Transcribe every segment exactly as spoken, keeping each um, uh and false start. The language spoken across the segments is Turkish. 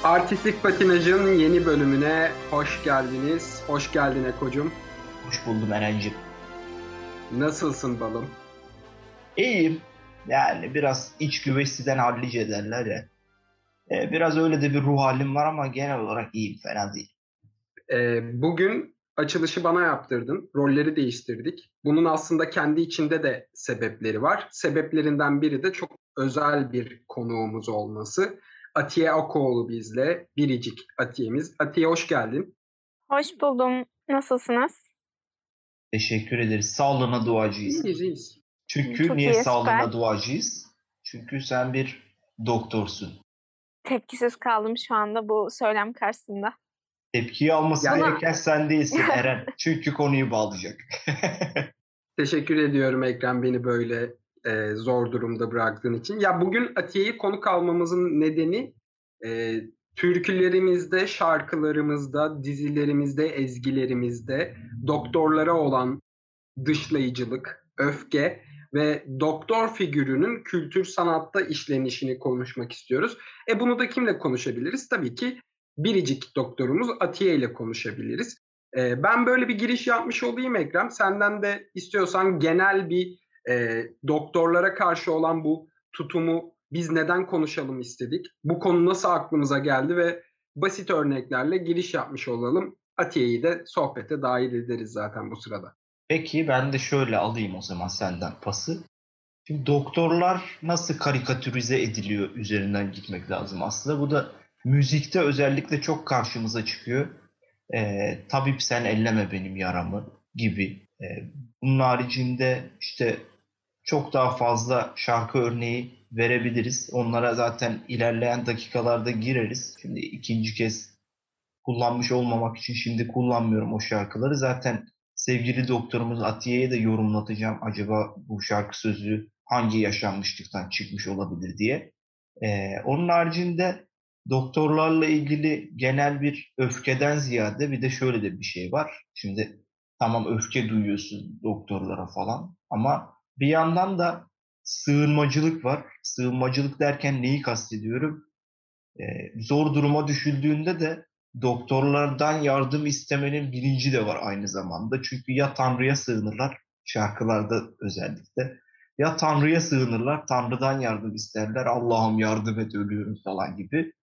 Artistik Patinaj'ın yeni bölümüne hoş geldiniz. Hoş geldin Eko'cum. Hoş buldum Eren'cim. Nasılsın balım? İyiyim. Yani biraz iç güveysinden hallice derler ya. Ee, biraz öyle de bir ruh halim var ama genel olarak iyiyim. Fena değil. Ee, bugün açılışı bana yaptırdın. Rolleri değiştirdik. Bunun aslında kendi içinde de sebepleri var. Sebeplerinden biri de çok özel bir konuğumuz olması. Atiye Akoğlu bizle. Biricik Atiye'miz. Atiye hoş geldin. Hoş buldum. Nasılsınız? Teşekkür ederiz. Sağlığına duacıyız. İyiyiz, iyiyiz. Çünkü Çok niye iyi, sağlığına süper. duacıyız? Çünkü sen bir doktorsun. Tepkisiz kaldım şu anda bu söylem karşısında. Tepkiyi alması Yani- gereken sen değilsin Eren. Çünkü konuyu bağlayacak. Teşekkür ediyorum Ekrem, beni böyle e, zor durumda bıraktığın için. Ya bugün Atiye'yi konuk almamızın nedeni e, türkülerimizde, şarkılarımızda, dizilerimizde, ezgilerimizde doktorlara olan dışlayıcılık, öfke ve doktor figürünün kültür sanatta işlenişini konuşmak istiyoruz. E bunu da kimle konuşabiliriz? Tabii ki biricik doktorumuz Atiye ile konuşabiliriz. E, ben böyle bir giriş yapmış olayım Ekrem. Senden de istiyorsan genel bir e, doktorlara karşı olan bu tutumu biz neden konuşalım istedik? Bu konu nasıl aklımıza geldi ve basit örneklerle giriş yapmış olalım. Atiye'yi de sohbete dahil ederiz zaten bu sırada. Peki ben de şöyle alayım o zaman senden pası. Şimdi doktorlar nasıl karikatürize ediliyor üzerinden gitmek lazım aslında. Bu da müzikte özellikle çok karşımıza çıkıyor. Ee, tabip sen elleme benim yaramı gibi. Ee, bunun haricinde işte çok daha fazla şarkı örneği verebiliriz. Onlara zaten ilerleyen dakikalarda gireriz. Şimdi ikinci kez kullanmış olmamak için şimdi kullanmıyorum o şarkıları. Zaten sevgili doktorumuz Atiye'ye de yorumlatacağım. Acaba bu şarkı sözü hangi yaşanmışlıktan çıkmış olabilir diye. Ee, onun haricinde doktorlarla ilgili genel bir öfkeden ziyade bir de şöyle de bir şey var. Şimdi tamam öfke duyuyorsun doktorlara falan ama bir yandan da sığınmacılık var. Sığınmacılık derken neyi kastediyorum? Ee, zor duruma düşüldüğünde de doktorlardan yardım istemenin bilinci de var aynı zamanda. Çünkü ya Tanrı'ya sığınırlar, şarkılarda özellikle, ya Tanrı'ya sığınırlar, Tanrı'dan yardım isterler, Allah'ım yardım et ölüyorum falan gibi.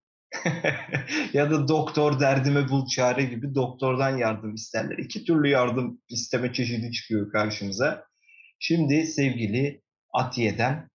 Ya da doktor derdime bul çare gibi doktordan yardım isterler. İki türlü yardım isteme çeşidi çıkıyor karşımıza. Şimdi sevgili Atiye'den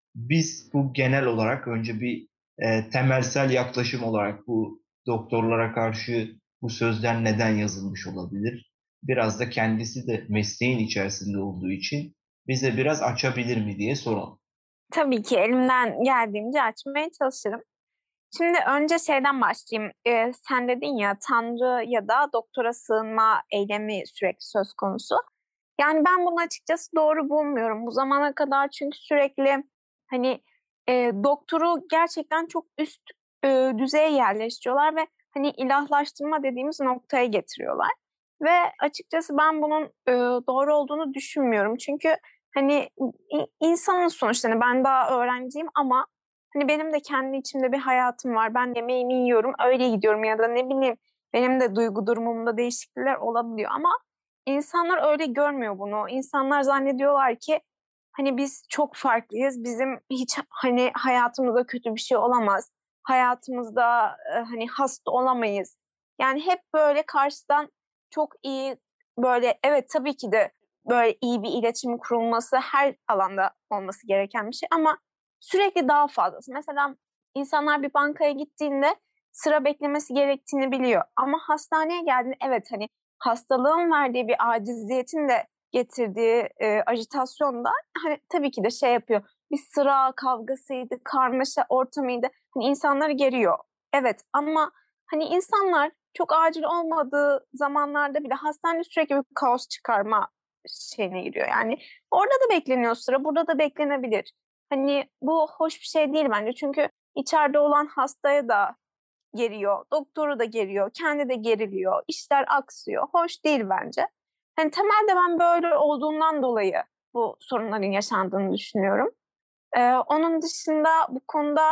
biz bu genel olarak önce bir e, temelsel yaklaşım olarak bu doktorlara karşı bu sözler neden yazılmış olabilir? Biraz da kendisi de mesleğin içerisinde olduğu için bize biraz açabilir mi diye soralım. Tabii ki elimden geldiğince açmaya çalışırım. Şimdi önce şeyden başlayayım. Ee, sen dedin ya Tanrı ya da doktora sığınma eylemi sürekli söz konusu. Yani ben bunu açıkçası doğru bulmuyorum. Bu zamana kadar çünkü sürekli hani e, doktoru gerçekten çok üst e, düzeye yerleştiriyorlar ve hani ilahlaştırma dediğimiz noktaya getiriyorlar. Ve açıkçası ben bunun e, doğru olduğunu düşünmüyorum. Çünkü hani i- insanın sonuçta hani ben daha öğrenciyim ama hani benim de kendi içimde bir hayatım var. Ben yemeğimi yiyorum, öyle gidiyorum ya da ne bileyim benim de duygu durumumda değişiklikler olabiliyor ama İnsanlar öyle görmüyor bunu. İnsanlar zannediyorlar ki hani biz çok farklıyız. Bizim hiç hani hayatımızda kötü bir şey olamaz. Hayatımızda e, hani hasta olamayız. Yani hep böyle karşıdan çok iyi böyle evet tabii ki de böyle iyi bir iletişim kurulması her alanda olması gereken bir şey ama sürekli daha fazlası. Mesela insanlar bir bankaya gittiğinde sıra beklemesi gerektiğini biliyor. Ama hastaneye geldiğinde evet hani hastalığın verdiği bir aciziyetin de getirdiği e, ajitasyon da hani tabii ki de şey yapıyor. Bir sıra kavgasıydı, karmaşa ortamıydı. Hani insanları geriyor. Evet ama hani insanlar çok acil olmadığı zamanlarda bile hastanede sürekli bir kaos çıkarma şeyine giriyor. Yani orada da bekleniyor sıra, burada da beklenebilir. Hani bu hoş bir şey değil bence. Çünkü içeride olan hastaya da geriyor, doktoru da geriyor, kendi de geriliyor, işler aksıyor. Hoş değil bence. Hani temelde ben böyle olduğundan dolayı bu sorunların yaşandığını düşünüyorum. Ee, onun dışında bu konuda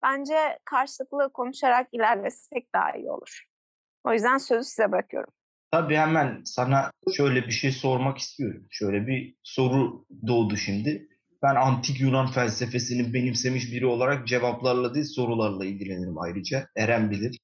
bence karşılıklı konuşarak ilerlesek daha iyi olur. O yüzden sözü size bırakıyorum. Tabii hemen sana şöyle bir şey sormak istiyorum. Şöyle bir soru doğdu şimdi. Ben antik Yunan felsefesini benimsemiş biri olarak cevaplarla değil sorularla ilgilenirim ayrıca. Eren bilir.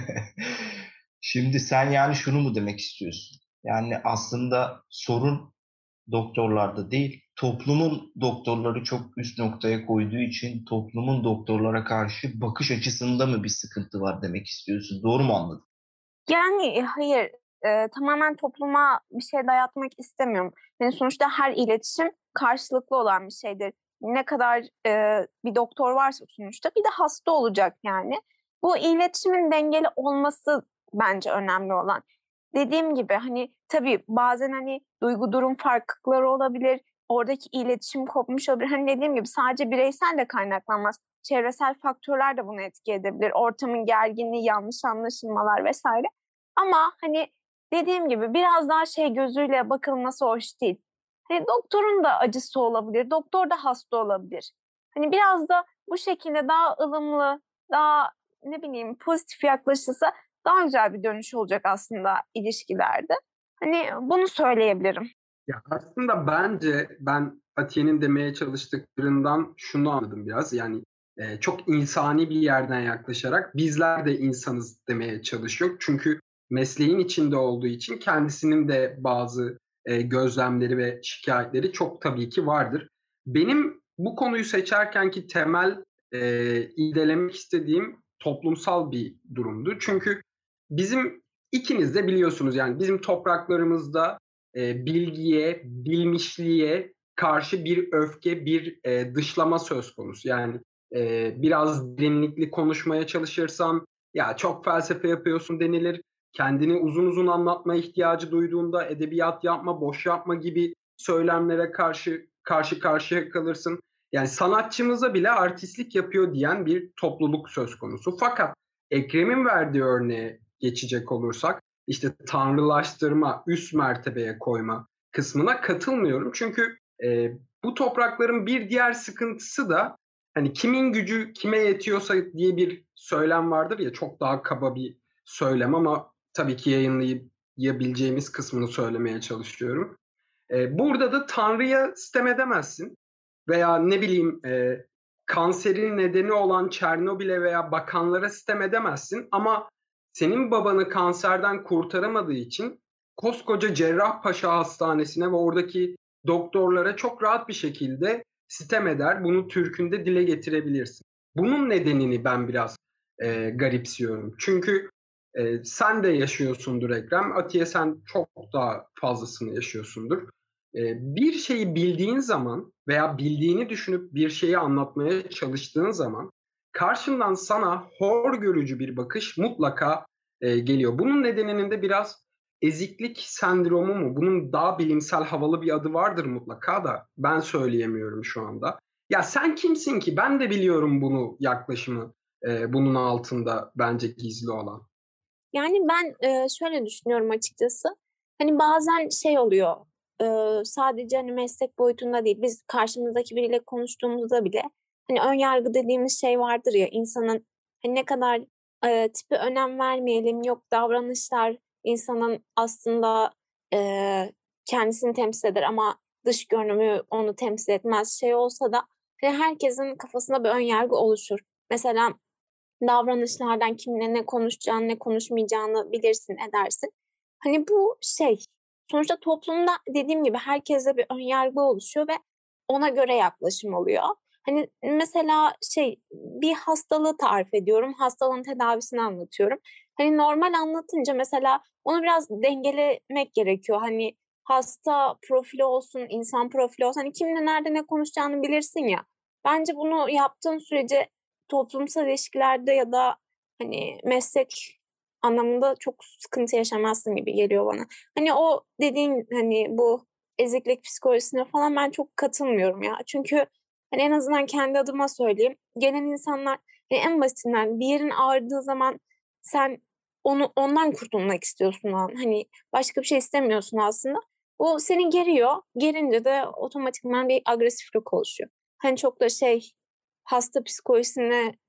Şimdi sen yani şunu mu demek istiyorsun? Yani aslında sorun doktorlarda değil, toplumun doktorları çok üst noktaya koyduğu için toplumun doktorlara karşı bakış açısında mı bir sıkıntı var demek istiyorsun? Doğru mu anladım? Yani e, hayır, e, tamamen topluma bir şey dayatmak istemiyorum. Yani sonuçta her iletişim karşılıklı olan bir şeydir. Ne kadar e, bir doktor varsa sonuçta bir de hasta olacak yani. Bu iletişimin dengeli olması bence önemli olan. Dediğim gibi hani tabii bazen hani duygu durum farklılıkları olabilir. Oradaki iletişim kopmuş olabilir. Hani dediğim gibi sadece bireysel de kaynaklanmaz. Çevresel faktörler de bunu etki edebilir. Ortamın gerginliği, yanlış anlaşılmalar vesaire. Ama hani dediğim gibi biraz daha şey gözüyle bakılması hoş değil. Hani doktorun da acısı olabilir, doktor da hasta olabilir. Hani biraz da bu şekilde daha ılımlı, daha ne bileyim pozitif yaklaşılsa daha güzel bir dönüş olacak aslında ilişkilerde. Hani bunu söyleyebilirim. Ya aslında bence ben Atiye'nin demeye çalıştıklarından şunu anladım biraz. Yani e, çok insani bir yerden yaklaşarak bizler de insanız demeye çalışıyor. Çünkü mesleğin içinde olduğu için kendisinin de bazı e, gözlemleri ve şikayetleri çok tabii ki vardır. Benim bu konuyu seçerkenki temel e, irdelemek istediğim toplumsal bir durumdu. Çünkü bizim ikiniz de biliyorsunuz yani bizim topraklarımızda e, bilgiye, bilmişliğe karşı bir öfke, bir e, dışlama söz konusu. Yani e, biraz derinlikli konuşmaya çalışırsan ya çok felsefe yapıyorsun denilir. Kendini uzun uzun anlatma ihtiyacı duyduğunda edebiyat yapma, boş yapma gibi söylemlere karşı karşı karşıya kalırsın. Yani sanatçımıza bile artistlik yapıyor diyen bir topluluk söz konusu. Fakat Ekrem'in verdiği örneğe geçecek olursak işte tanrılaştırma, üst mertebeye koyma kısmına katılmıyorum. Çünkü e, bu toprakların bir diğer sıkıntısı da hani kimin gücü kime yetiyorsa diye bir söylem vardır ya, çok daha kaba bir söylem ama tabii ki yayınlayabileceğimiz kısmını söylemeye çalışıyorum. E, burada da Tanrı'ya sitem edemezsin veya ne bileyim e, kanserin nedeni olan Çernobil'e veya bakanlara sitem edemezsin ama senin babanı kanserden kurtaramadığı için koskoca Cerrahpaşa Hastanesi'ne ve oradaki doktorlara çok rahat bir şekilde sitem eder. Bunu Türk'ünde dile getirebilirsin. Bunun nedenini ben biraz e, garipsiyorum. Çünkü e, sen de yaşıyorsundur Ekrem. Atiye sen çok daha fazlasını yaşıyorsundur. E, bir şeyi bildiğin zaman veya bildiğini düşünüp bir şeyi anlatmaya çalıştığın zaman karşından sana hor görücü bir bakış mutlaka e, geliyor. Bunun nedeninin de biraz eziklik sendromu mu? Bunun daha bilimsel havalı bir adı vardır mutlaka da ben söyleyemiyorum şu anda. Ya sen kimsin ki? Ben de biliyorum bunu yaklaşımı e, bunun altında bence gizli olan. Yani ben e, şöyle düşünüyorum açıkçası. Hani bazen şey oluyor. e, sadece hani meslek boyutunda değil. Biz karşımızdaki biriyle konuştuğumuzda bile hani ön yargı dediğimiz şey vardır ya, insanın hani ne kadar e, tipi önem vermeyelim, yok davranışlar insanın aslında e, kendisini temsil eder ama dış görünümü onu temsil etmez şey olsa da hani herkesin kafasında bir ön yargı oluşur. Mesela davranışlardan kiminle ne konuşacağını, ne konuşmayacağını bilirsin, edersin. Hani bu şey, sonuçta toplumda dediğim gibi herkese bir ön yargı oluşuyor ve ona göre yaklaşım oluyor. Hani mesela şey, bir hastalığı tarif ediyorum, hastalığın tedavisini anlatıyorum. Hani normal anlatınca mesela onu biraz dengelemek gerekiyor. Hani hasta profili olsun, insan profili olsun. Hani kiminle nerede ne konuşacağını bilirsin ya. Bence bunu yaptığın sürece toplumsal ilişkilerde ya da hani meslek anlamında çok sıkıntı yaşamazsın gibi geliyor bana. Hani o dediğin hani bu eziklik psikolojisine falan ben çok katılmıyorum ya. Çünkü hani en azından kendi adıma söyleyeyim. Gelen insanlar hani en basitinden bir yerin ağrıdığı zaman sen onu ondan kurtulmak istiyorsun o an. Hani başka bir şey istemiyorsun aslında. O seni geriyor. Gerince de otomatikman bir agresiflik oluşuyor. Hani çok da şey, hasta psikolojisine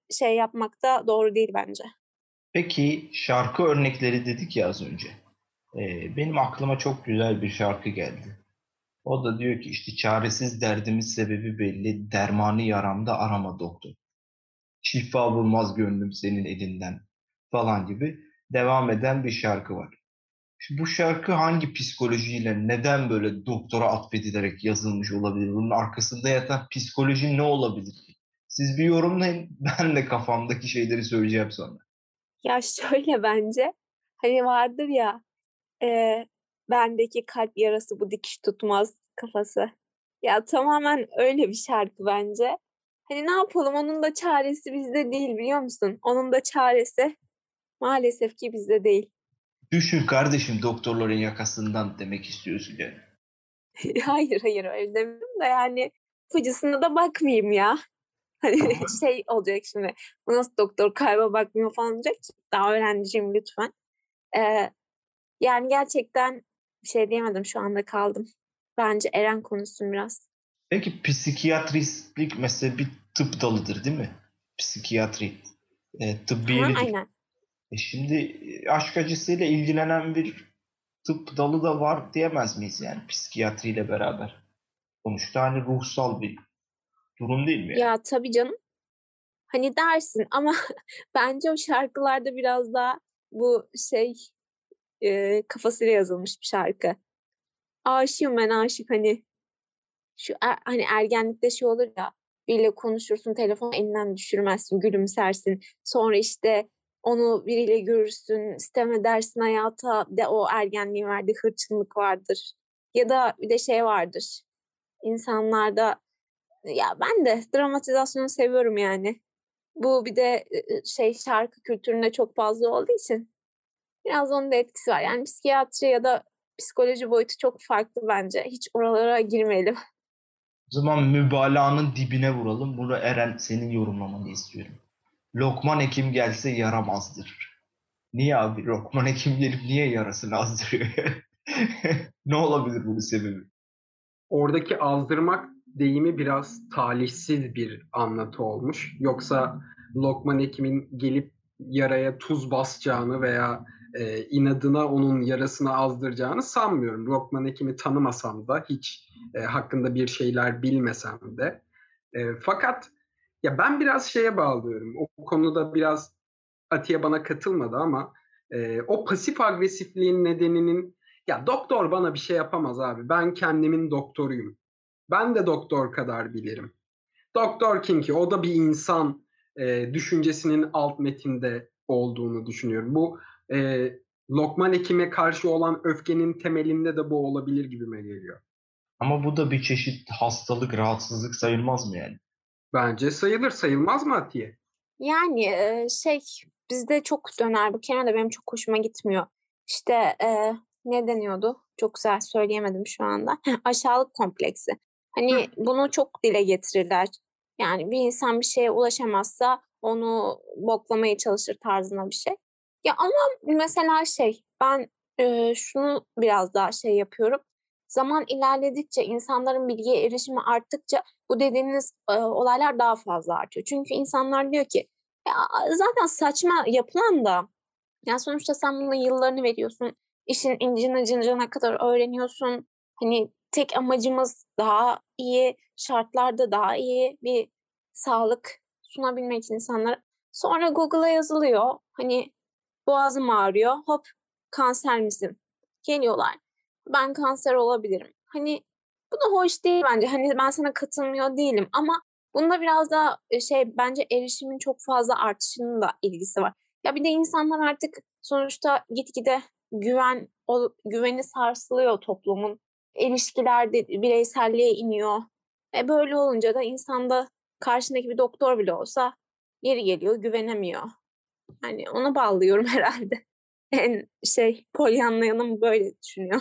şey yapmak da doğru değil bence. Peki şarkı örnekleri dedik ya az önce. Ee, benim aklıma çok güzel bir şarkı geldi. O da diyor ki işte çaresiz derdimin sebebi belli, dermanı yaramda arama doktor. Şifa bulmaz gönlüm senin elinden falan gibi devam eden bir şarkı var. Şimdi bu şarkı hangi psikolojiyle neden böyle doktora atfedilerek yazılmış olabilir? Bunun arkasında yatan psikoloji ne olabilir? Siz bir yorumlayın. Ben de kafamdaki şeyleri söyleyeceğim sonra. Ya şöyle bence hani vardır ya e, bendeki kalp yarası bu dikiş tutmaz kafası. Ya tamamen öyle bir şarkı bence. Hani ne yapalım onun da çaresi bizde değil biliyor musun? Onun da çaresi maalesef ki bizde değil. Düşün kardeşim doktorların yakasından demek istiyorsun yani. Hayır hayır öyle demiyorum da yani fıcısına da bakmayayım ya. Hani şey olacak şimdi bu nasıl doktor kalbe bakmıyor falan olacak. Daha öğrenciyim lütfen. Ee, yani gerçekten bir şey diyemedim şu anda kaldım. Bence Eren konuşsun biraz. Peki psikiyatristlik mesela bir tıp dalıdır değil mi? Psikiyatri. E, tıbbi Ha, yeridir. aynen. E şimdi e, aşk acısıyla ilgilenen bir tıp dalı da var diyemez miyiz yani psikiyatriyle beraber? Sonuçta hani ruhsal bir durum değil mi yani? Ya tabii canım. Hani dersin ama bence o şarkılarda biraz daha bu şey e, kafasıyla yazılmış bir şarkı. Aşığım ben aşık hani şu er- hani ergenlikte şey olur ya biriyle konuşursun telefon elinden düşürmezsin gülümsersin sonra işte onu biriyle görürsün sitem edersin hayata de o ergenliğin verdiği hırçınlık vardır ya da bir de şey vardır insanlarda ya ben de dramatizasyonu seviyorum yani bu bir de e, şey şarkı kültüründe çok fazla olduğu için biraz onun da etkisi var yani psikiyatri ya da psikoloji boyutu çok farklı bence hiç oralara girmeyelim. O zaman mübalağanın dibine vuralım. Bunu Eren senin yorumlamanı istiyorum. Lokman Hekim gelse yaram azdırır. Niye abi? Lokman Hekim gelip niye yarasını azdırıyor? Ne olabilir bunun sebebi? Oradaki azdırmak deyimi biraz talihsiz bir anlatı olmuş. Yoksa Lokman Hekim'in gelip yaraya tuz basacağını veya e, inadına onun yarasını azdıracağını sanmıyorum. Lokman Hekim'i tanımasam da hiç e, hakkında bir şeyler bilmesem de. E, fakat ya ben biraz şeye bağlıyorum. O konuda biraz Atiye bana katılmadı ama e, o pasif agresifliğin nedeninin ya doktor bana bir şey yapamaz abi. Ben kendimin doktoruyum. Ben de doktor kadar bilirim. Doktor kim ki? O da bir insan e, düşüncesinin alt metinde olduğunu düşünüyorum. Bu e, Lokman Hekim'e karşı olan öfkenin temelinde de bu olabilir gibime geliyor. Ama bu da bir çeşit hastalık, rahatsızlık sayılmaz mı yani? Bence sayılır, sayılmaz mı Atiye? Yani e, şey bizde çok döner bu kelime de benim çok hoşuma gitmiyor. İşte e, ne deniyordu? Çok güzel söyleyemedim şu anda. Heh, aşağılık kompleksi. Hı. Hani bunu çok dile getirirler. Yani bir insan bir şeye ulaşamazsa onu boklamaya çalışır tarzına bir şey. Ya ama mesela şey ben e, şunu biraz daha şey yapıyorum. Zaman ilerledikçe insanların bilgiye erişimi arttıkça bu dediğiniz e, olaylar daha fazla artıyor. Çünkü insanlar diyor ki ya zaten saçma yapılan da yani sonuçta sen buna yıllarını veriyorsun. İşin incine cincine kadar öğreniyorsun. Hani tek amacımız daha iyi şartlarda daha iyi bir sağlık sunabilmek insanlara. Sonra Google'a yazılıyor. Hani boğazım ağrıyor. Hop kanser misin? Geliyorlar. Ben kanser olabilirim. Hani bu da hoş değil bence. Hani ben sana katılmıyor değilim ama bunda biraz da e, şey bence erişimin çok fazla artışının da ilgisi var. Ya bir de insanlar artık sonuçta gitgide güven o güveni sarsılıyor toplumun. İlişkilerde bireyselliğe iniyor. E böyle olunca da insanda karşındaki bir doktor bile olsa yeri geliyor güvenemiyor. Hani ona bağlıyorum herhalde. En şey Pollyanna yanım böyle düşünüyor.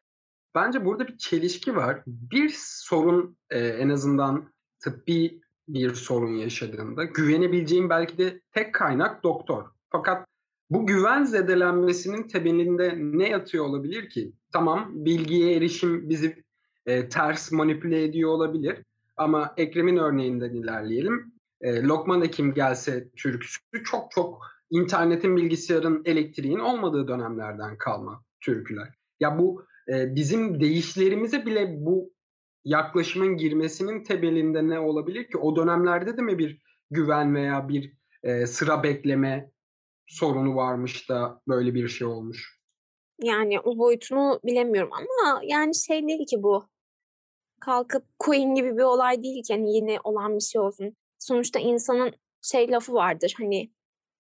Bence burada bir çelişki var. Bir sorun e, en azından tıbbi bir sorun yaşadığında güvenebileceğim belki de tek kaynak doktor. Fakat bu güven zedelenmesinin temelinde ne yatıyor olabilir ki? Tamam, bilgiye erişim bizi e, ters manipüle ediyor olabilir. Ama Ekrem'in örneğinden ilerleyelim. e, Lokman Hekim gelse türküsü çok çok internetin, bilgisayarın, elektriğin olmadığı dönemlerden kalma türküler. Ya bu e, bizim deyişlerimize bile bu yaklaşımın girmesinin temelinde ne olabilir ki? O dönemlerde de mi bir güven veya bir e, sıra bekleme sorunu varmış da böyle bir şey olmuş? Yani o boyutunu bilemiyorum ama yani şey değil ki bu. Kalkıp Queen gibi bir olay değil ki hani yeni olan bir şey olsun. Sonuçta insanın şey lafı vardır hani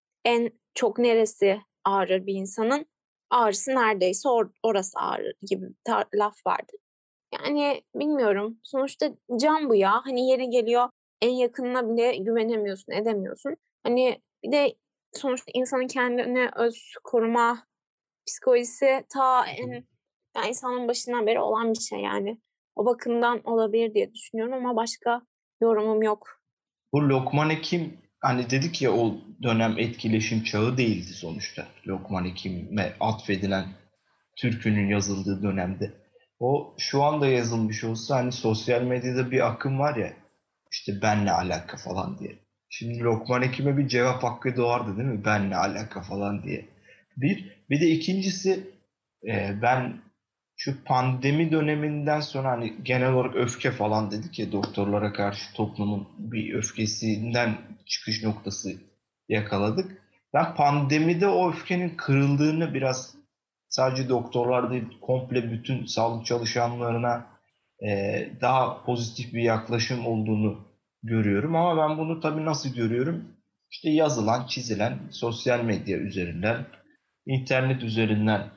en çok neresi ağrır bir insanın? Ağrısı neredeyse or- orası ağrır gibi bir tar- laf vardır. Yani bilmiyorum. Sonuçta can bu ya. Hani yeri geliyor en yakınına bile güvenemiyorsun, edemiyorsun. Hani bir de sonuçta insanın kendine öz koruma psikolojisi ta en yani insanın başından beri olan bir şey yani. O bakımdan olabilir diye düşünüyorum ama başka yorumum yok. Bu Lokman Hekim hani dedik ya o dönem etkileşim çağı değildi sonuçta. Lokman Hekim'e atfedilen türkünün yazıldığı dönemde. O şu anda yazılmış olsa hani sosyal medyada bir akım var ya işte benle alaka falan diye. Şimdi Lokman Hekim'e bir cevap hakkı doğardı değil mi? Benle alaka falan diye. Bir. Bir de ikincisi e, ben şu pandemi döneminden sonra hani genel olarak öfke falan dedik ya doktorlara karşı toplumun bir öfkesinden çıkış noktası yakaladık. Ben pandemide o öfkenin kırıldığını biraz sadece doktorlar değil komple bütün sağlık çalışanlarına e, daha pozitif bir yaklaşım olduğunu görüyorum. Ama ben bunu tabii nasıl görüyorum? İşte yazılan, çizilen sosyal medya üzerinden, internet üzerinden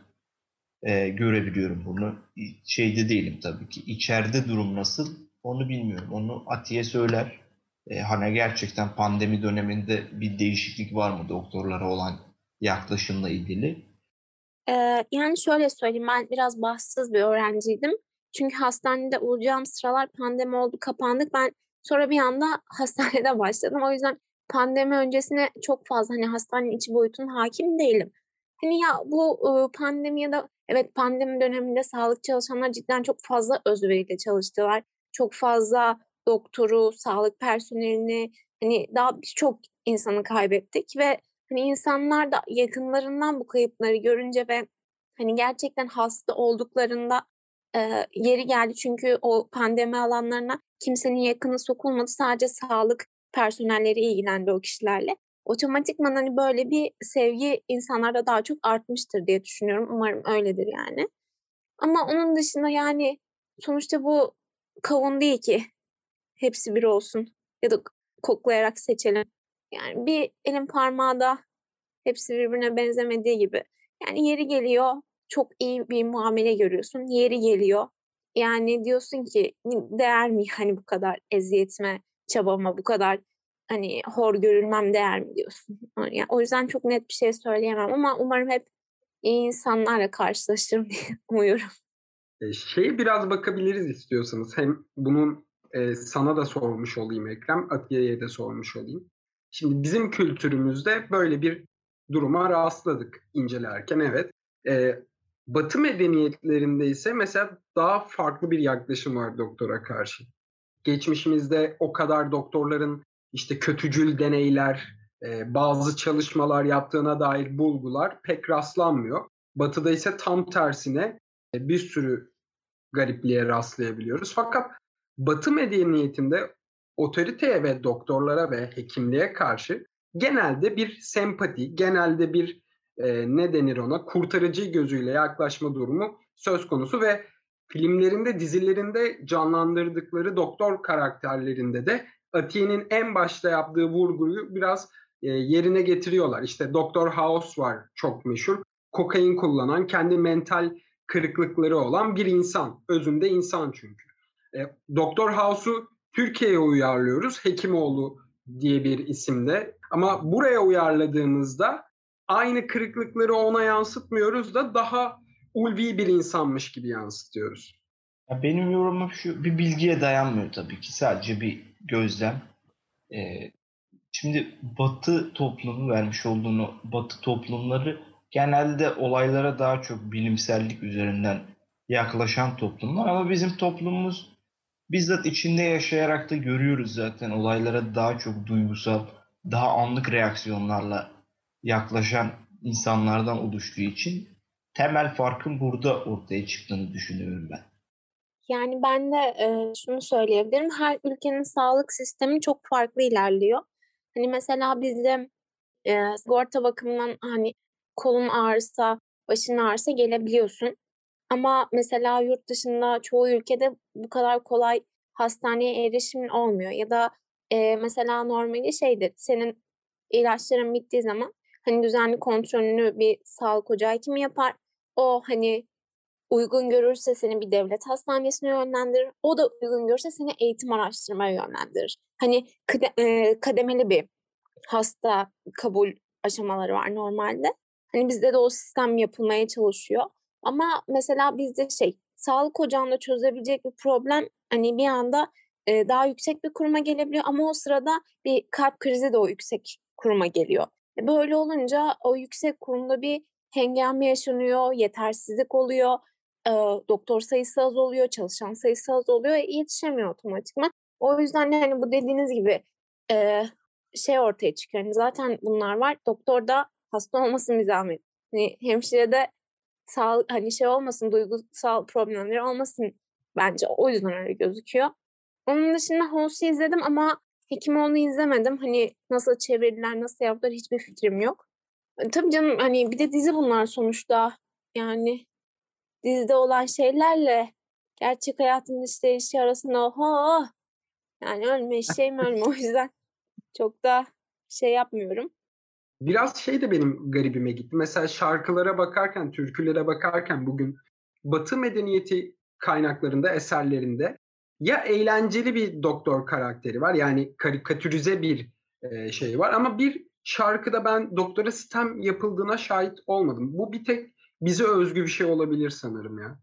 e, görebiliyorum bunu. Şeyde değilim tabii ki. İçeride durum nasıl onu bilmiyorum. Onu Atiye söyler. E, hani gerçekten pandemi döneminde bir değişiklik var mı doktorlara olan yaklaşımla ilgili? Ee, yani şöyle söyleyeyim ben biraz bahtsız bir öğrenciydim. Çünkü hastanede olacağım sıralar pandemi oldu, kapandık. Ben sonra bir anda hastanede başladım. O yüzden pandemi öncesine çok fazla hani hastanenin içi boyutuna hakim değilim. Hani ya bu e, pandemi ya da evet pandemi döneminde sağlık çalışanları cidden çok fazla özveriyle çalıştılar. Çok fazla doktoru, sağlık personelini hani daha birçok insanı kaybettik ve hani insanlar da yakınlarından bu kayıpları görünce ve hani gerçekten hasta olduklarında e, yeri geldi çünkü o pandemi alanlarına kimsenin yakını sokulmadı. Sadece sağlık personelleri ilgilendi o kişilerle. Otomatikman hani böyle bir sevgi insanlarda daha çok artmıştır diye düşünüyorum. Umarım öyledir yani. Ama onun dışında yani sonuçta bu kavun değil ki hepsi bir olsun ya da koklayarak seçelim. Yani bir elin parmağı da hepsi birbirine benzemediği gibi. Yani yeri geliyor çok iyi bir muamele görüyorsun. Yeri geliyor. Yani diyorsun ki değer mi hani bu kadar eziyetime, çabama, bu kadar hani hor görülmem değer mi diyorsun. Yani o yüzden çok net bir şey söyleyemem ama umarım hep iyi insanlarla karşılaşırım diye umuyorum. E, şeye biraz bakabiliriz istiyorsanız. Hem bunun e, sana da sormuş olayım Ekrem, Atiye'ye de sormuş olayım. Şimdi bizim kültürümüzde böyle bir duruma rastladık incelerken, evet. E, Batı medeniyetlerinde ise mesela daha farklı bir yaklaşım var doktora karşı. Geçmişimizde o kadar doktorların işte kötücül deneyler, e, bazı çalışmalar yaptığına dair bulgular pek rastlanmıyor. Batı'da ise tam tersine e, bir sürü garipliğe rastlayabiliyoruz. Fakat Batı medeniyetinde otoriteye ve doktorlara ve hekimliğe karşı genelde bir sempati, genelde bir e, ne denir ona kurtarıcı gözüyle yaklaşma durumu söz konusu ve filmlerinde, dizilerinde canlandırdıkları doktor karakterlerinde de Atiye'nin en başta yaptığı vurguyu biraz e, yerine getiriyorlar. İşte Doktor House var çok meşhur. Kokain kullanan, kendi mental kırıklıkları olan bir insan. Özünde insan çünkü. E, Doktor House'u Türkiye'ye uyarlıyoruz. Hekimoğlu diye bir isimde. Ama buraya uyarladığımızda aynı kırıklıkları ona yansıtmıyoruz da daha ulvi bir insanmış gibi yansıtıyoruz. Ya benim yorumum şu, bir bilgiye dayanmıyor tabii ki. Sadece bir gözlem. Ee, Şimdi Batı toplumu vermiş olduğunu, Batı toplumları genelde olaylara daha çok bilimsellik üzerinden yaklaşan toplumlar. Ama bizim toplumumuz bizzat içinde yaşayarak da görüyoruz zaten. Olaylara daha çok duygusal, daha anlık reaksiyonlarla yaklaşan insanlardan oluştuğu için temel farkın burada ortaya çıktığını düşünüyorum ben. Yani ben de e, şunu söyleyebilirim. Her ülkenin sağlık sistemi çok farklı ilerliyor. Hani mesela bizde e, sigorta bakımından hani kolun ağrısa, başın ağrısa gelebiliyorsun. Ama mesela yurt dışında çoğu ülkede bu kadar kolay hastaneye erişimin olmuyor. Ya da e, mesela normali şeydir, senin ilaçların bittiği zaman hani düzenli kontrolünü bir sağlık ocağı hekimi yapar. O hani uygun görürse seni bir devlet hastanesine yönlendirir. O da uygun görürse seni eğitim araştırmaya yönlendirir. Hani kıde- e, kademeli bir hasta kabul aşamaları var normalde. Hani bizde de o sistem yapılmaya çalışıyor. Ama mesela bizde şey, sağlık ocağında çözebilecek bir problem hani bir anda e, daha yüksek bir kuruma gelebiliyor ama o sırada bir kalp krizi de o yüksek kuruma geliyor. E, böyle olunca o yüksek kurumda bir hengame yaşanıyor, yetersizlik oluyor, e, doktor sayısı az oluyor, çalışan sayısı az oluyor, e, yetişemiyor otomatikman. O yüzden de hani bu dediğiniz gibi e, şey ortaya çıkıyor. Hani zaten bunlar var. Doktor da hasta olmasın bir zahmet. Hani hemşire de sağlık hani şey olmasın, duygusal problemleri olmasın bence. O yüzden öyle gözüküyor. Onun dışında House'u izledim ama Hekimoğlu'nu izlemedim. Hani nasıl çevirdiler, nasıl yaptılar hiçbir fikrim yok. E, Tabii canım hani bir de dizi bunlar sonuçta. Yani dizide olan şeylerle gerçek hayatın işleyişi arasında oho yani ölme şey mi ölme o yüzden çok da şey yapmıyorum. Biraz şey de benim garibime gitti. Mesela şarkılara bakarken, türkülere bakarken bugün Batı medeniyeti kaynaklarında, eserlerinde ya eğlenceli bir doktor karakteri var, yani karikatürize bir e, şey var ama bir şarkıda ben doktora sitem yapıldığına şahit olmadım. Bu bir tek bize özgü bir şey olabilir sanırım ya.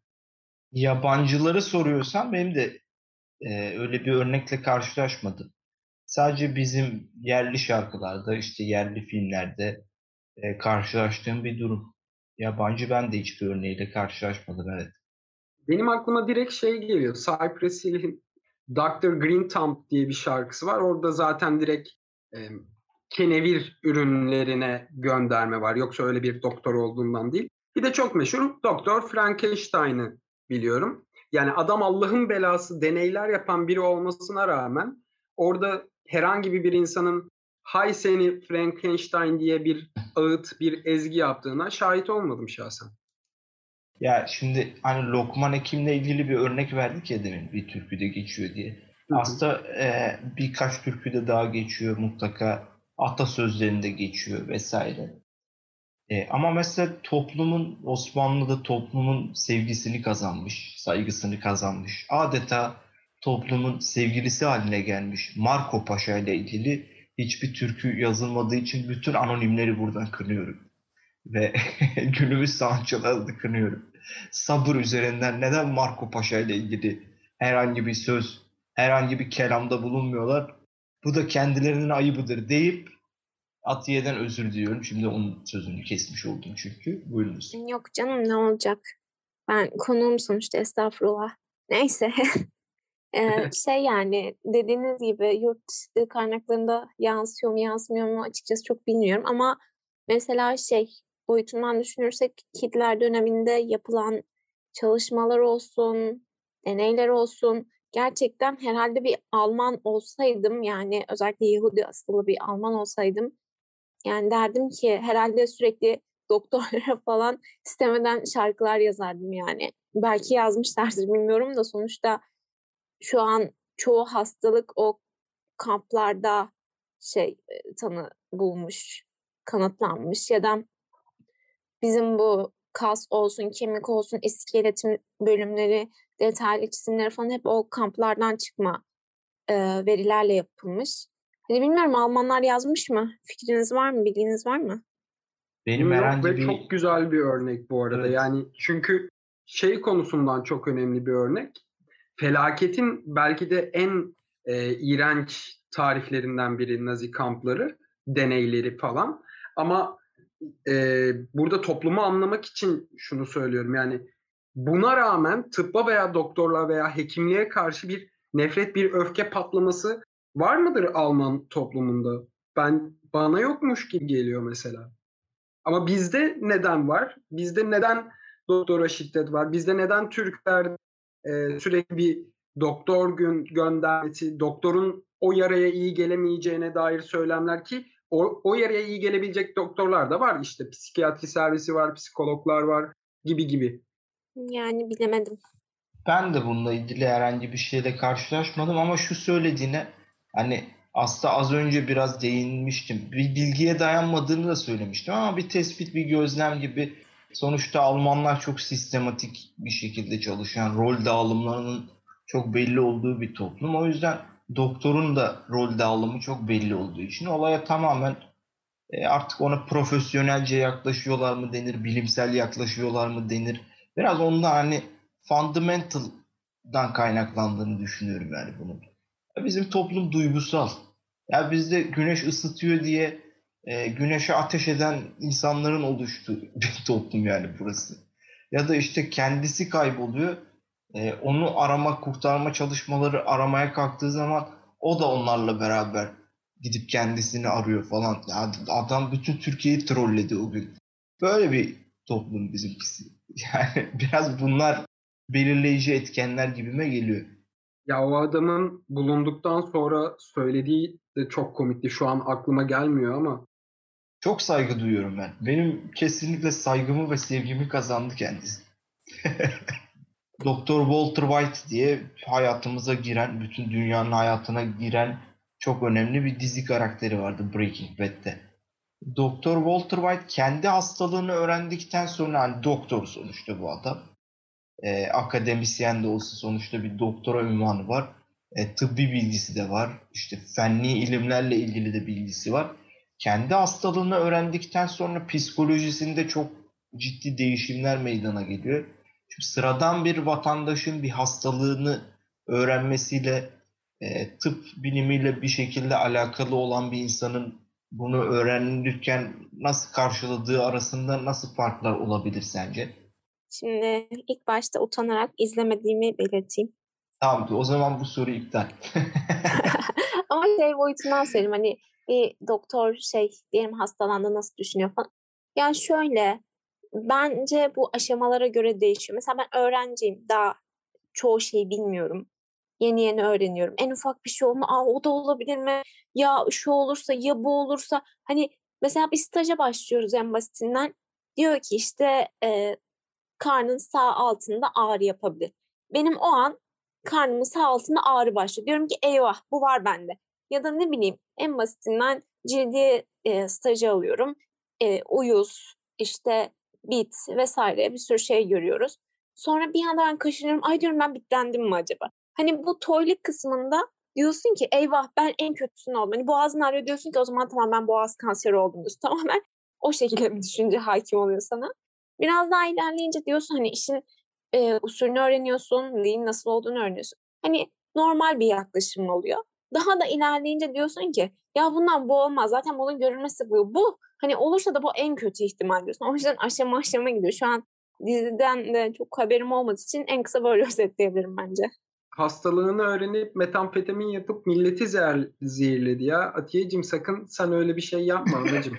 Yabancıları soruyorsan benim de e, öyle bir örnekle karşılaşmadım. Sadece bizim yerli şarkılarda, işte yerli filmlerde e, karşılaştığım bir durum. Yabancı ben de hiçbir örneğiyle karşılaşmadım, evet. Benim aklıma direkt şey geliyor. Cypress Hill'in doktor Green Thumb diye bir şarkısı var. Orada zaten direkt e, kenevir ürünlerine gönderme var. Yoksa öyle bir doktor olduğundan değil. Bir de çok meşhur Doktor Frankenstein'ı biliyorum. Yani adam Allah'ın belası deneyler yapan biri olmasına rağmen orada herhangi bir insanın "Hay seni Frankenstein" diye bir ağıt, bir ezgi yaptığına şahit olmadım şahsen. Ya şimdi hani Lokman Hekim'le ilgili bir örnek verdik ya demin, bir türküde geçiyor diye. Hı hı. Aslında e, birkaç türküde daha geçiyor mutlaka. Atasözlerinde geçiyor vesaire. E, ama mesela toplumun, Osmanlı'da toplumun sevgisini kazanmış, saygısını kazanmış. Adeta toplumun sevgilisi haline gelmiş Marco Paşa ile ilgili hiçbir türkü yazılmadığı için bütün anonimleri buradan kınıyorum. Ve günümüz sanatçıları da kınıyorum. Sabır üzerinden neden Marco Paşa ile ilgili herhangi bir söz, herhangi bir kelamda bulunmuyorlar? Bu da kendilerinin ayıbıdır deyip Atiye'den özür diliyorum. Şimdi onun sözünü kesmiş oldum çünkü. Buyurunuz. Yok canım ne olacak? Ben konuğum sonuçta estağfurullah. Neyse. Ee, şey yani dediğiniz gibi yurt dışı kaynaklarında yansıyor mu yansımıyor mu açıkçası çok bilmiyorum ama mesela şey boyutundan düşünürsek Hitler döneminde yapılan çalışmalar olsun, deneyler olsun gerçekten herhalde bir Alman olsaydım yani özellikle Yahudi asıllı bir Alman olsaydım yani derdim ki herhalde sürekli doktorlara falan istemeden şarkılar yazardım yani. Belki yazmışlardır bilmiyorum da sonuçta şu an çoğu hastalık o kamplarda şey e, tanı bulmuş, kanıtlanmış ya da bizim bu kas olsun, kemik olsun, iskeletin bölümleri, detaylı çizimleri falan hep o kamplardan çıkma e, verilerle yapılmış. Hani bilmiyorum Almanlar yazmış mı? Fikriniz var mı? Bilginiz var mı? Benim Yok herhangi ve bir... çok güzel bir örnek bu arada. Evet. Yani çünkü şey konusundan çok önemli bir örnek. Felaketin belki de en e, iğrenç tariflerinden biri Nazi kampları, deneyleri falan. Ama e, burada toplumu anlamak için şunu söylüyorum. Yani buna rağmen tıbba veya doktorluğa veya hekimliğe karşı bir nefret, bir öfke patlaması var mıdır Alman toplumunda? Ben bana yokmuş gibi geliyor mesela. Ama bizde neden var? Bizde neden doktora şiddet var? Bizde neden Türkler e, sürekli bir doktor gün göndermesi, doktorun o yaraya iyi gelemeyeceğine dair söylemler, ki o, o yaraya iyi gelebilecek doktorlar da var. İşte psikiyatri servisi var, psikologlar var gibi gibi. Yani bilemedim. Ben de bununla ilgili herhangi bir şeyle karşılaşmadım ama şu söylediğine, hani aslında az önce biraz değinmiştim. Bir bilgiye dayanmadığını da söylemiştim ama bir tespit, bir gözlem gibi. Sonuçta Almanlar çok sistematik bir şekilde çalışan, rol dağılımlarının çok belli olduğu bir toplum. O yüzden doktorun da rol dağılımı çok belli olduğu için olaya tamamen e, artık ona profesyonelce yaklaşıyorlar mı denir, bilimsel yaklaşıyorlar mı denir. Biraz ondan hani fundamental'dan kaynaklandığını düşünüyorum yani bunun. Bizim toplum duygusal. Ya bizde güneş ısıtıyor diye e, güneşe ateş eden insanların oluştuğu bir toplum yani burası. Ya da işte kendisi kayboluyor. E, onu arama, kurtarma çalışmaları aramaya kalktığı zaman o da onlarla beraber gidip kendisini arıyor falan. Ya adam bütün Türkiye'yi trolledi o gün. Böyle bir toplum bizimkisi. Yani biraz bunlar belirleyici etkenler gibime geliyor. Ya o adamın bulunduktan sonra söylediği de çok komikti. Şu an aklıma gelmiyor ama. Çok saygı duyuyorum ben. Benim kesinlikle saygımı ve sevgimi kazandı kendisi. Doktor Walter White diye hayatımıza giren, bütün dünyanın hayatına giren çok önemli bir dizi karakteri vardı Breaking Bad'de. Doktor Walter White kendi hastalığını öğrendikten sonra, hani doktor sonuçta bu adam. E, akademisyen de olsa sonuçta bir doktora unvanı var. E, tıbbi bilgisi de var. İşte fenli ilimlerle ilgili de bilgisi var. Kendi hastalığını öğrendikten sonra psikolojisinde çok ciddi değişimler meydana geliyor. Şimdi sıradan bir vatandaşın bir hastalığını öğrenmesiyle e, tıp bilimiyle bir şekilde alakalı olan bir insanın bunu öğrenirken nasıl karşıladığı arasında nasıl farklar olabilir sence? Şimdi ilk başta utanarak izlemediğimi belirteyim. Tamam, o zaman bu soru iptal. Ama şey boyutundan söyleyeyim, hani bir doktor şey diyelim hastalandı nasıl düşünüyor falan. Yani şöyle, bence bu aşamalara göre değişiyor. Mesela ben öğrenciyim, daha çoğu şeyi bilmiyorum. Yeni yeni öğreniyorum. En ufak bir şey olma, aa o da olabilir mi? Ya şu olursa, ya bu olursa. Hani mesela bir staja başlıyoruz en basitinden. Diyor ki işte e, karnın sağ altında ağrı yapabilir. Benim o an karnımın sağ altında ağrı başlıyor. Diyorum ki eyvah bu var bende. Ya da ne bileyim en basitinden cildiye e, stajı alıyorum. E, uyuz, işte bit vesaire bir sürü şey görüyoruz. Sonra bir anda ben kaşınıyorum. Ay diyorum ben bitlendim mi acaba? Hani bu toylik kısmında diyorsun ki eyvah ben en kötüsünü oldum. Hani boğazın ağrıyor diyorsun ki o zaman tamam ben boğaz kanseri oldum diyorsun. Tamamen o şekilde bir düşünce hakim oluyor sana. Biraz daha ilerleyince diyorsun hani işin e, usulünü öğreniyorsun, neyin nasıl olduğunu öğreniyorsun. Hani normal bir yaklaşım oluyor. Daha da ilerleyince diyorsun ki ya bundan bu olmaz. Zaten bunun görülmesi bu. Bu hani olursa da bu en kötü ihtimal diyorsun. O yüzden aşama aşama gidiyor. Şu an diziden de çok haberim olmadığı için en kısa böyle özetleyebilirim bence. Hastalığını öğrenip metamfetamin yapıp milleti zehir, zehirledi ya. Atiyeciğim sakın sen öyle bir şey yapma anacığım.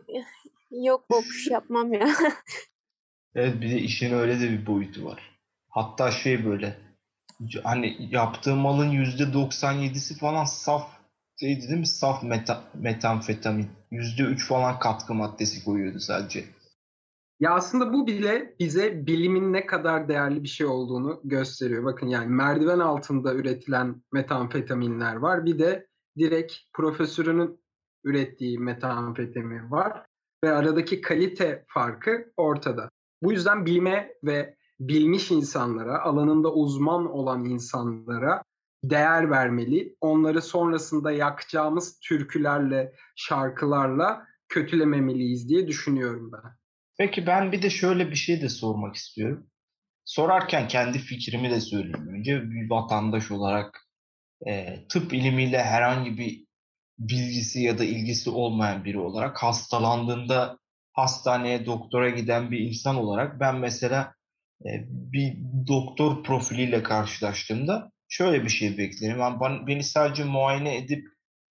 Yok bokuş yapmam ya. Evet, bir de işin öyle de bir boyutu var. Hatta şey böyle, hani yaptığı malın yüzde doksan yedisi falan saf şeydi değil mi? Saf meta, metamfetamin. yüzde üç falan katkı maddesi koyuyordu sadece. Ya aslında bu bile bize bilimin ne kadar değerli bir şey olduğunu gösteriyor. Bakın yani merdiven altında üretilen metamfetaminler var. Bir de direkt profesörünün ürettiği metamfetamin var. Ve aradaki kalite farkı ortada. Bu yüzden bilime ve bilmiş insanlara, alanında uzman olan insanlara değer vermeli. Onları sonrasında yakacağımız türkülerle, şarkılarla kötülememeliyiz diye düşünüyorum ben. Peki ben bir de şöyle bir şey de sormak istiyorum. Sorarken kendi fikrimi de söyleyeyim önce. Bir vatandaş olarak e, tıp ilimiyle herhangi bir bilgisi ya da ilgisi olmayan biri olarak hastalandığında hastaneye, doktora giden bir insan olarak ben mesela e, bir doktor profiliyle karşılaştığımda şöyle bir şey beklerim. Yani ben, beni sadece muayene edip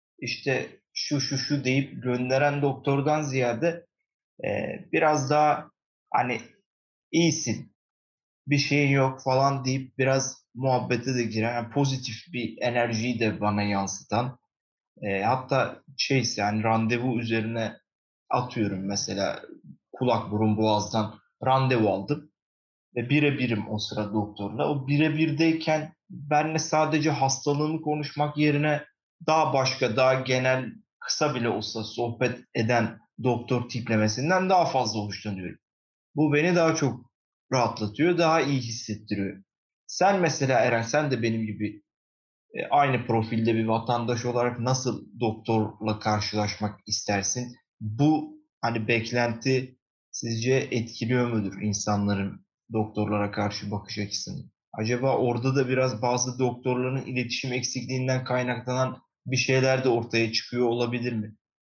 işte şu şu şu deyip gönderen doktordan ziyade e, biraz daha hani iyisin, bir şey yok falan deyip biraz muhabbete de giren, yani pozitif bir enerjiyi de bana yansıtan, e, hatta şeyse yani randevu üzerine atıyorum mesela kulak burun boğazdan randevu aldım ve birebirim o sıra doktorla. O birebirdeyken benle sadece hastalığımı konuşmak yerine daha başka, daha genel, kısa bile olsa sohbet eden doktor tiplemesinden daha fazla hoşlanıyorum. Bu beni daha çok rahatlatıyor, daha iyi hissettiriyor. Sen mesela Eren, sen de benim gibi e, aynı profilde bir vatandaş olarak nasıl doktorla karşılaşmak istersin? Bu hani beklenti sizce etkiliyor mudur insanların doktorlara karşı bakış açısını? Acaba orada da biraz bazı doktorların iletişim eksikliğinden kaynaklanan bir şeyler de ortaya çıkıyor olabilir mi?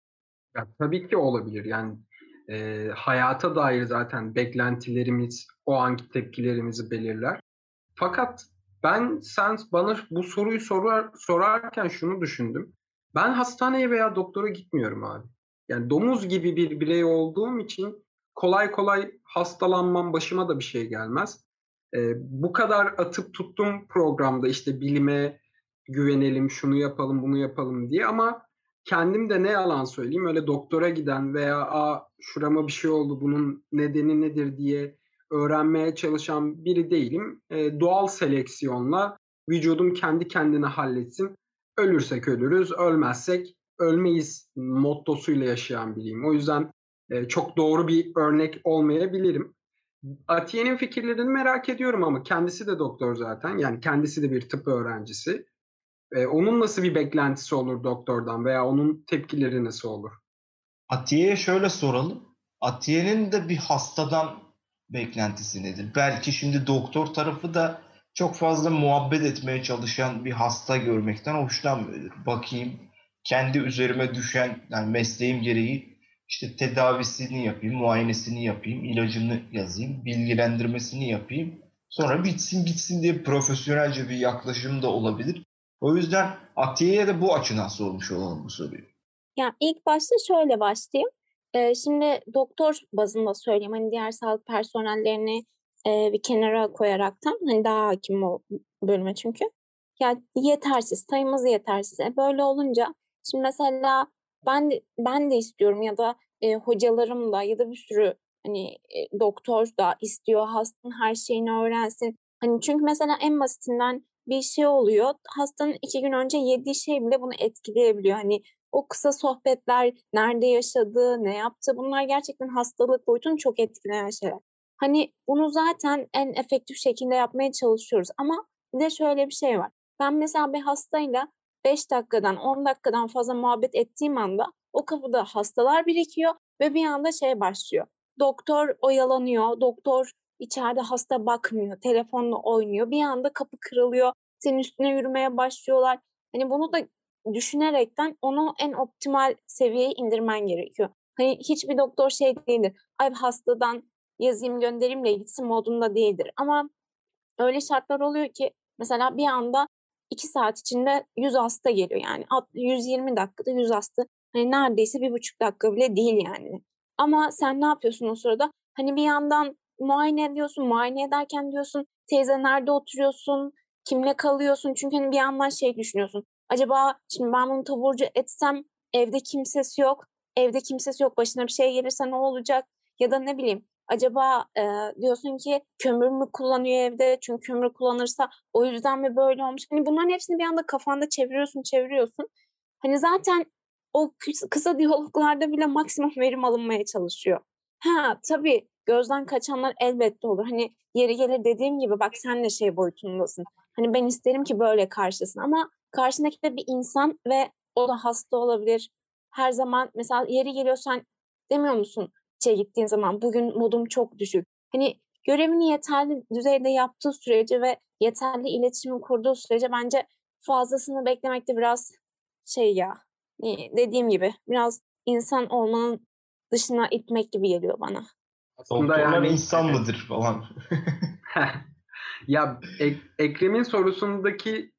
Ya, tabii ki olabilir. Yani e, hayata dair zaten beklentilerimiz o anki tepkilerimizi belirler. Fakat ben sen bana bu soruyu sorar, sorarken şunu düşündüm. Ben hastaneye veya doktora gitmiyorum abi. Yani domuz gibi bir birey olduğum için kolay kolay hastalanmam, başıma da bir şey gelmez. Ee, bu kadar atıp tuttum programda işte bilime güvenelim, şunu yapalım, bunu yapalım diye ama kendim de ne yalan söyleyeyim öyle doktora giden veya Aa, şurama bir şey oldu, bunun nedeni nedir diye öğrenmeye çalışan biri değilim. E, doğal seleksiyonla vücudum kendi kendine halletsin. Ölürsek ölürüz, ölmezsek ölmeyiz mottosuyla yaşayan biriyim. O yüzden e, çok doğru bir örnek olmayabilirim. Atiye'nin fikirlerini merak ediyorum ama kendisi de doktor zaten. Yani kendisi de bir tıp öğrencisi. E, onun nasıl bir beklentisi olur doktordan veya onun tepkileri nasıl olur? Atiye'ye şöyle soralım. Atiye'nin de bir hastadan beklentisi nedir? Belki şimdi doktor tarafı da çok fazla muhabbet etmeye çalışan bir hasta görmekten hoşlanmıyordur. Bakayım, kendi üzerime düşen, yani mesleğim gereği işte tedavisini yapayım, muayenesini yapayım, ilacını yazayım, bilgilendirmesini yapayım. Sonra bitsin gitsin diye profesyonelce bir yaklaşım da olabilir. O yüzden Atiye'ye de bu açıdan sormuş olalım bu soruyu. Yani ilk başta şöyle başlayayım. Ee, şimdi doktor bazında söyleyeyim. Hani diğer sağlık personellerini e, bir kenara koyaraktan hani daha hakim o bölüme çünkü. Yani yetersiz, sayımız yetersiz. E, böyle olunca şimdi mesela ben de, ben de istiyorum ya da e, hocalarım da ya da bir sürü hani e, doktor da istiyor hastanın her şeyini öğrensin. Hani çünkü mesela en basitinden bir şey oluyor. Hastanın iki gün önce yediği şey bile bunu etkileyebiliyor. Hani o kısa sohbetler, nerede yaşadığı, ne yaptı, bunlar gerçekten hastalık boyutunu çok etkileyen şeyler. Hani bunu zaten en efektif şekilde yapmaya çalışıyoruz ama bir de şöyle bir şey var. Ben mesela bir hastayla beş dakikadan on dakikadan fazla muhabbet ettiğim anda o kafada hastalar birikiyor ve bir anda şey başlıyor. Doktor oyalanıyor, doktor içeride hasta bakmıyor, telefonla oynuyor. Bir anda kapı kırılıyor, senin üstüne yürümeye başlıyorlar. Hani bunu da düşünerekten onu en optimal seviyeye indirmen gerekiyor. Hani hiçbir doktor şey değildir. Ay hastadan yazayım göndereyim de gitsin modunda değildir. Ama öyle şartlar oluyor ki mesela bir anda iki saat içinde yüz hasta geliyor. Yani yüz yirmi dakikada yüz hasta. Hani neredeyse bir buçuk dakika bile değil yani. Ama sen ne yapıyorsun o sırada? Hani bir yandan muayene ediyorsun. Muayene ederken diyorsun teyze nerede oturuyorsun? Kimle kalıyorsun? Çünkü hani bir yandan şey düşünüyorsun. Acaba şimdi ben bunu taburcu etsem evde kimsesi yok. Evde kimsesi yok. Başına bir şey gelirse ne olacak? Ya da ne bileyim acaba e, diyorsun ki kömür mü kullanıyor evde? Çünkü kömür kullanırsa o yüzden mi böyle olmuş? Hani bunların hepsini bir anda kafanda çeviriyorsun, çeviriyorsun. Hani zaten o kısa, kısa diyaloglarda bile maksimum verim alınmaya çalışıyor. Ha tabii gözden kaçanlar elbette olur. Hani yeri gelir dediğim gibi bak sen de şey boyutundasın. Hani ben isterim ki böyle karşısın ama karşındaki de bir insan ve o da hasta olabilir. Her zaman mesela yeri geliyor sen demiyor musun? İşe gittiğin zaman bugün modum çok düşük. Hani görevini yeterli düzeyde yaptığı sürece ve yeterli iletişimi kurduğu sürece bence fazlasını beklemek de biraz şey ya dediğim gibi biraz insan olmanın dışına itmek gibi geliyor bana. Aslında Doktorlar yani insan mıdır falan. ya Ek- Ekrem'in sorusundaki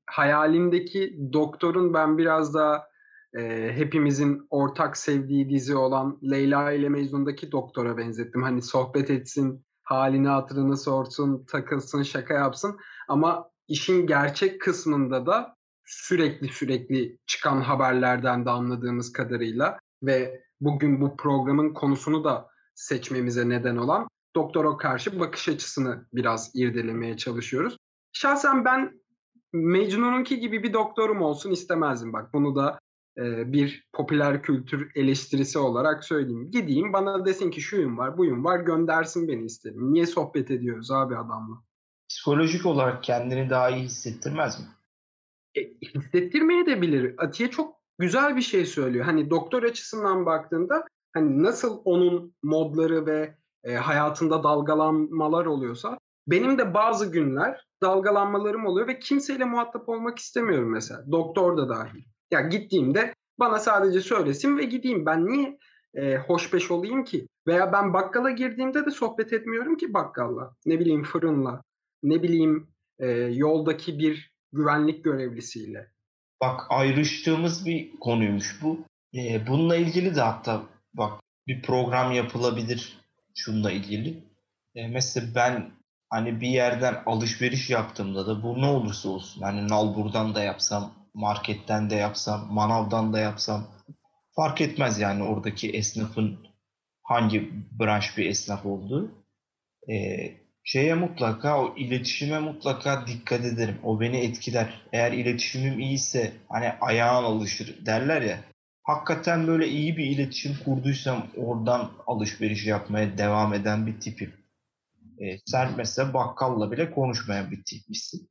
hayalimdeki doktorun ben biraz daha e, hepimizin ortak sevdiği dizi olan Leyla ile Mecnun'daki doktora benzettim. Hani sohbet etsin, halini hatırını sorsun, takılsın, şaka yapsın. Ama işin gerçek kısmında da sürekli sürekli çıkan haberlerden de anladığımız kadarıyla ve bugün bu programın konusunu da seçmemize neden olan doktora karşı bakış açısını biraz irdelemeye çalışıyoruz. Şahsen ben Mecnun'unki gibi bir doktorum olsun istemezdim. Bak bunu da e, bir popüler kültür eleştirisi olarak söyleyeyim. Gideyim bana desin ki şuyum var, buyum var, göndersin beni isterim. Niye sohbet ediyoruz abi adamla? Psikolojik olarak kendini daha iyi hissettirmez mi? E, hissettirmeye de bilir. Atiye çok güzel bir şey söylüyor. Hani doktor açısından baktığında hani nasıl onun modları ve e, hayatında dalgalanmalar oluyorsa benim de bazı günler dalgalanmalarım oluyor ve kimseyle muhatap olmak istemiyorum mesela. Doktor da dahil. Ya gittiğimde bana sadece söylesin ve gideyim. Ben niye e, hoşbeş olayım ki? Veya ben bakkala girdiğimde de sohbet etmiyorum ki bakkalla. Ne bileyim fırınla. Ne bileyim e, yoldaki bir güvenlik görevlisiyle. Bak ayrıştığımız bir konuymuş bu. Ee, bununla ilgili de hatta bak bir program yapılabilir şununla ilgili. Ee, mesela ben hani bir yerden alışveriş yaptığımda da bu ne olursa olsun hani nalburdan da yapsam, marketten de yapsam, manavdan da yapsam fark etmez yani oradaki esnafın hangi branş bir esnaf olduğu. Ee, şeye mutlaka o iletişime mutlaka dikkat ederim. O beni etkiler. Eğer iletişimim iyiyse hani ayağın alışır derler ya. Hakikaten böyle iyi bir iletişim kurduysam oradan alışveriş yapmaya devam eden bir tipim. Ee, sen mesela bakkalla bile konuşmayan bir tipmişsin.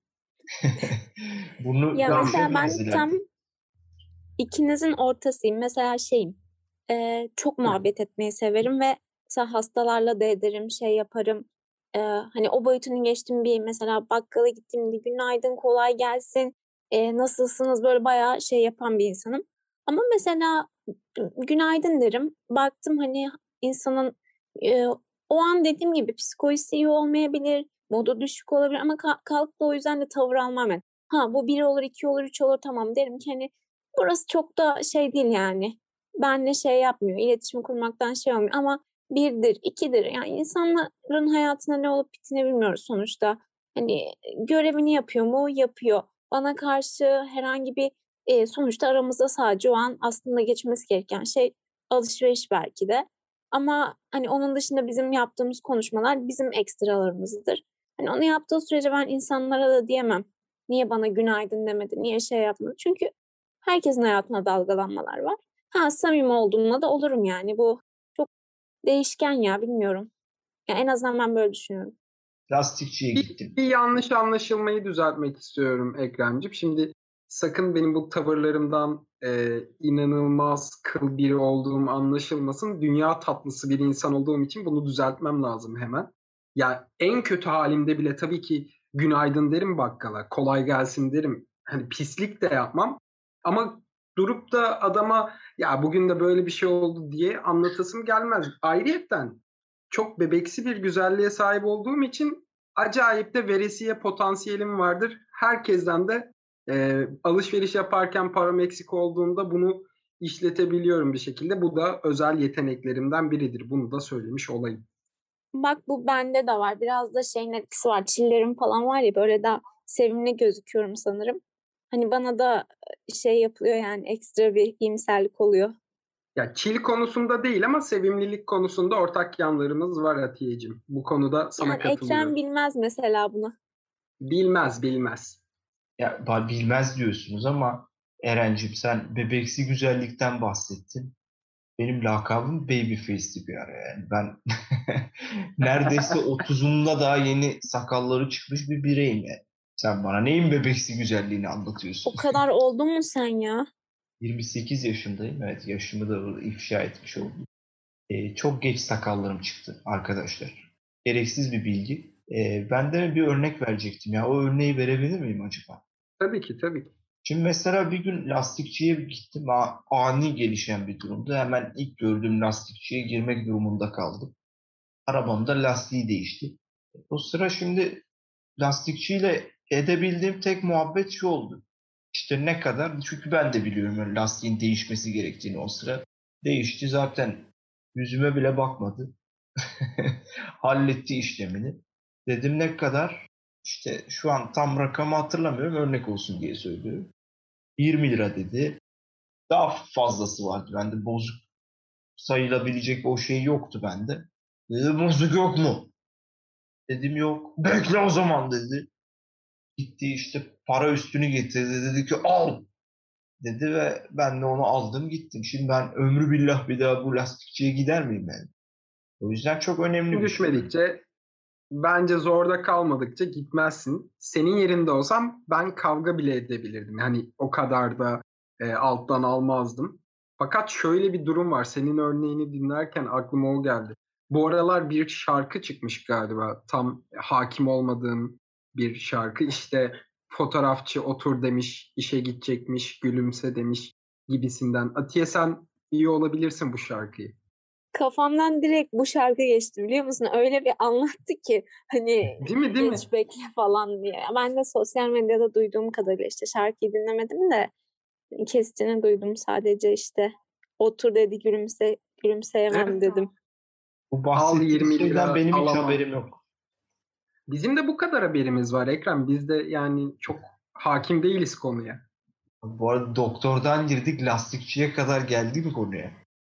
Bunu Ya mesela ben görüşebiliriz tam ileride. ikinizin ortasıyım. Mesela şeyim, e, çok muhabbet etmeyi severim ve mesela hastalarla da ederim, şey yaparım. E, hani o boyutunu geçtim bir mesela bakkala gittiğimde günaydın, kolay gelsin, e, nasılsınız böyle bayağı şey yapan bir insanım. Ama mesela günaydın derim. Baktım hani insanın e, o an dediğim gibi psikolojisi iyi olmayabilir, modu düşük olabilir ama ka- kalkıp da o yüzden de tavır almam ben. Ha bu bir olur, iki olur, üç olur tamam derim ki hani burası çok da şey değil yani. Benle şey yapmıyor, iletişim kurmaktan şey olmuyor ama birdir, ikidir. Yani insanların hayatında ne olup bittiğini bilmiyoruz sonuçta. Hani görevini yapıyor mu? Yapıyor. Bana karşı herhangi bir e, sonuçta aramızda sadece o an aslında geçmesi gereken şey alışveriş belki de. Ama hani onun dışında bizim yaptığımız konuşmalar bizim ekstralarımızdır. Hani onu yaptığı sürece ben insanlara da diyemem. Niye bana günaydın demedi, niye şey yapmadı? Çünkü herkesin hayatında dalgalanmalar var. Ha samimi olduğumda da olurum yani. Bu çok değişken ya bilmiyorum. Ya en azından ben böyle düşünüyorum. Lastikçiye Bir, gittim. bir yanlış anlaşılmayı düzeltmek istiyorum Ekrem'ciğim. Şimdi sakın benim bu tavırlarımdan e, inanılmaz kıl biri olduğum anlaşılmasın. Dünya tatlısı bir insan olduğum için bunu düzeltmem lazım hemen. Ya en kötü halimde bile tabii ki günaydın derim bakkala, kolay gelsin derim. Hani pislik de yapmam. Ama durup da adama ya bugün de böyle bir şey oldu diye anlatasım gelmez. Ayrıyetten çok bebeksi bir güzelliğe sahip olduğum için acayip de veresiye potansiyelim vardır. Herkesten de e, alışveriş yaparken param eksik olduğunda bunu işletebiliyorum bir şekilde. Bu da özel yeteneklerimden biridir. Bunu da söylemiş olayım. Bak bu bende de var. Biraz da şeyin etkisi var. Çillerim falan var ya böyle daha sevimli gözüküyorum sanırım. Hani bana da şey yapılıyor yani ekstra bir iyimserlik oluyor. Ya çil konusunda değil ama sevimlilik konusunda ortak yanlarımız var Hatice'cim. Bu konuda sana Yani Ekrem katılıyorum. bilmez mesela bunu. Bilmez bilmez. Ya ba- bilmez diyorsunuz ama Erencim sen bebeksi güzellikten bahsettin. Benim lakabım Babyface'ti bir ara yani. Ben neredeyse otuzumda daha yeni sakalları çıkmış bir bireyim yani. Sen bana neyin bebeksi güzelliğini anlatıyorsun? O kadar oldu mu sen ya? yirmi sekiz yaşındayım. Evet yaşımı da burada ifşa etmiş oldum. Ee, çok geç sakallarım çıktı arkadaşlar. Gereksiz bir bilgi. Ee, ben de bir örnek verecektim ya. O örneği verebilir miyim acaba? Tabii ki tabii ki. Şimdi mesela bir gün lastikçiye gittim. A- Ani gelişen bir durumdu. Hemen ilk gördüğüm lastikçiye girmek durumunda kaldım. Arabamda lastiği değişti. O sıra şimdi lastikçiyle edebildiğim tek muhabbet şu oldu. İşte ne kadar? Çünkü ben de biliyorum öyle lastiğin değişmesi gerektiğini o sıra. Değişti zaten. Yüzüme bile bakmadı. Halletti işlemini. Dedim ne kadar? İşte şu an tam rakamı hatırlamıyorum. Örnek olsun diye söylüyorum. yirmi lira dedi. Daha fazlası vardı bende. Bozuk sayılabilecek o şey yoktu bende. Dedi bozuk yok mu? Dedim yok. Bekle o zaman dedi. Gitti işte para üstünü getirdi. Dedi ki al. Dedi ve ben de onu aldım gittim. Şimdi ben ömrü billah bir daha bu lastikçiye gider miyim yani? O yüzden çok önemli bir şey. Düşmedikçe, bence zorda kalmadıkça gitmezsin. Senin yerinde olsam ben kavga bile edebilirdim. Yani o kadar da e, alttan almazdım. Fakat şöyle bir durum var. Senin örneğini dinlerken aklıma o geldi. Bu aralar bir şarkı çıkmış galiba. Tam hakim olmadığım bir şarkı. İşte fotoğrafçı otur demiş, işe gidecekmiş, gülümse demiş gibisinden. Atiye, sen iyi olabilirsin bu şarkıyı. Kafamdan direkt bu şarkı geçti, biliyor musun? Öyle bir anlattı ki hani Değil mi, değil mi? geç bekle falan diye. Ben de sosyal medyada duyduğum kadarıyla işte şarkıyı dinlemedim de kesitini duydum sadece, işte otur dedi gülümse gülümseyemem Evet. dedim. Bu Al yirmi bahsettiğim lira, şeyden benim hiç alamam. haberim yok. Bizim de bu kadar haberimiz var Ekrem. Biz de yani çok hakim değiliz konuya. Bu arada doktordan girdik lastikçiye kadar geldi mi konuya?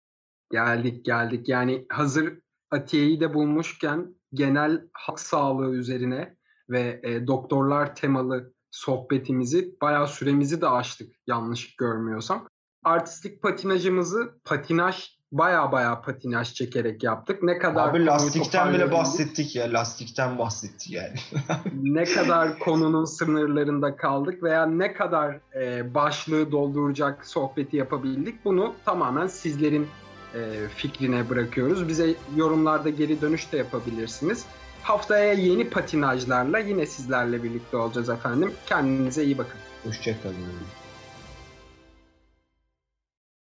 Geldik geldik. Yani hazır Atiye'yi de bulmuşken genel halk sağlığı üzerine ve e, doktorlar temalı sohbetimizi, bayağı süremizi de aştık yanlış görmüyorsam. Artistik patinajımızı patinaj bayağı bayağı patinaj çekerek yaptık. Ne kadar Abi konuyu lastikten bile toparlayabildik, bahsettik ya. Lastikten bahsettik yani. ne kadar konunun sınırlarında kaldık veya ne kadar e, başlığı dolduracak sohbeti yapabildik, bunu tamamen sizlerin e, fikrine bırakıyoruz. Bize yorumlarda geri dönüş de yapabilirsiniz. Haftaya yeni patinajlarla yine sizlerle birlikte olacağız efendim. Kendinize iyi bakın. Hoşçakalın.